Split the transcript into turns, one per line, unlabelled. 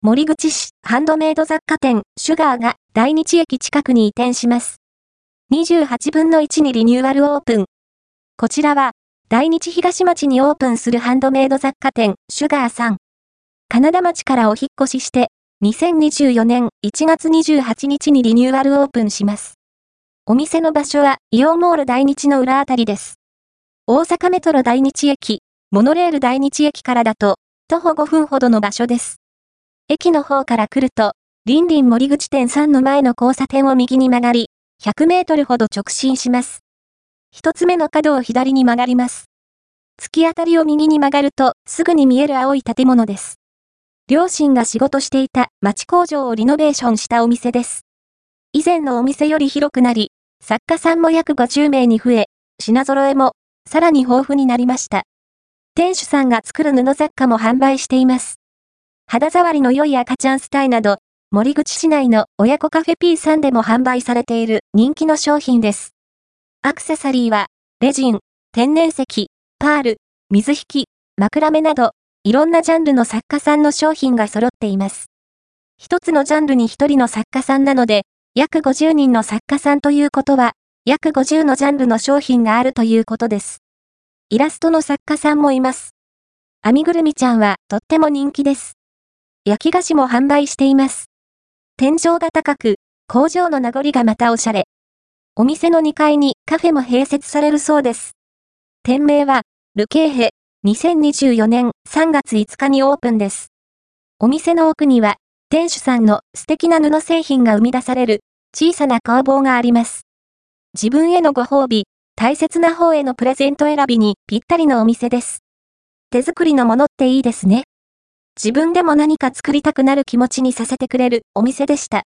森口市ハンドメイド雑貨店シュガーが大日駅近くに移転します。28分の1にリニューアルオープン。こちらは大日東町にオープンするハンドメイド雑貨店シュガーさん。金田町からお引越しして2024年1月28日にリニューアルオープンします。お店の場所はイオンモール大日の裏あたりです。大阪メトロ大日駅、モノレール大日駅からだと徒歩5分ほどの場所です。駅の方から来ると、リンリン森口店3の前の交差点を右に曲がり、100メートルほど直進します。一つ目の角を左に曲がります。突き当たりを右に曲がると、すぐに見える青い建物です。両親が仕事していた町工場をリノベーションしたお店です。以前のお店より広くなり、作家さんも約50名に増え、品揃えもさらに豊富になりました。店主さんが作る布雑貨も販売しています。肌触りの良い赤ちゃんスタイなど、森口市内の親子カフェ P さんでも販売されている人気の商品です。アクセサリーは、レジン、天然石、パール、水引、枕目など、いろんなジャンルの作家さんの商品が揃っています。一つのジャンルに一人の作家さんなので、約50人の作家さんということは、約50のジャンルの商品があるということです。イラストの作家さんもいます。編みぐるみちゃんはとっても人気です。焼き菓子も販売しています。天井が高く、工場の名残がまたおしゃれ。お店の2階にカフェも併設されるそうです。店名は、ルケーヘ、2024年3月5日にオープンです。お店の奥には、店主さんの素敵な布製品が生み出される小さな工房があります。自分へのご褒美、大切な方へのプレゼント選びにぴったりのお店です。手作りのものっていいですね。自分でも何か作りたくなる気持ちにさせてくれるお店でした。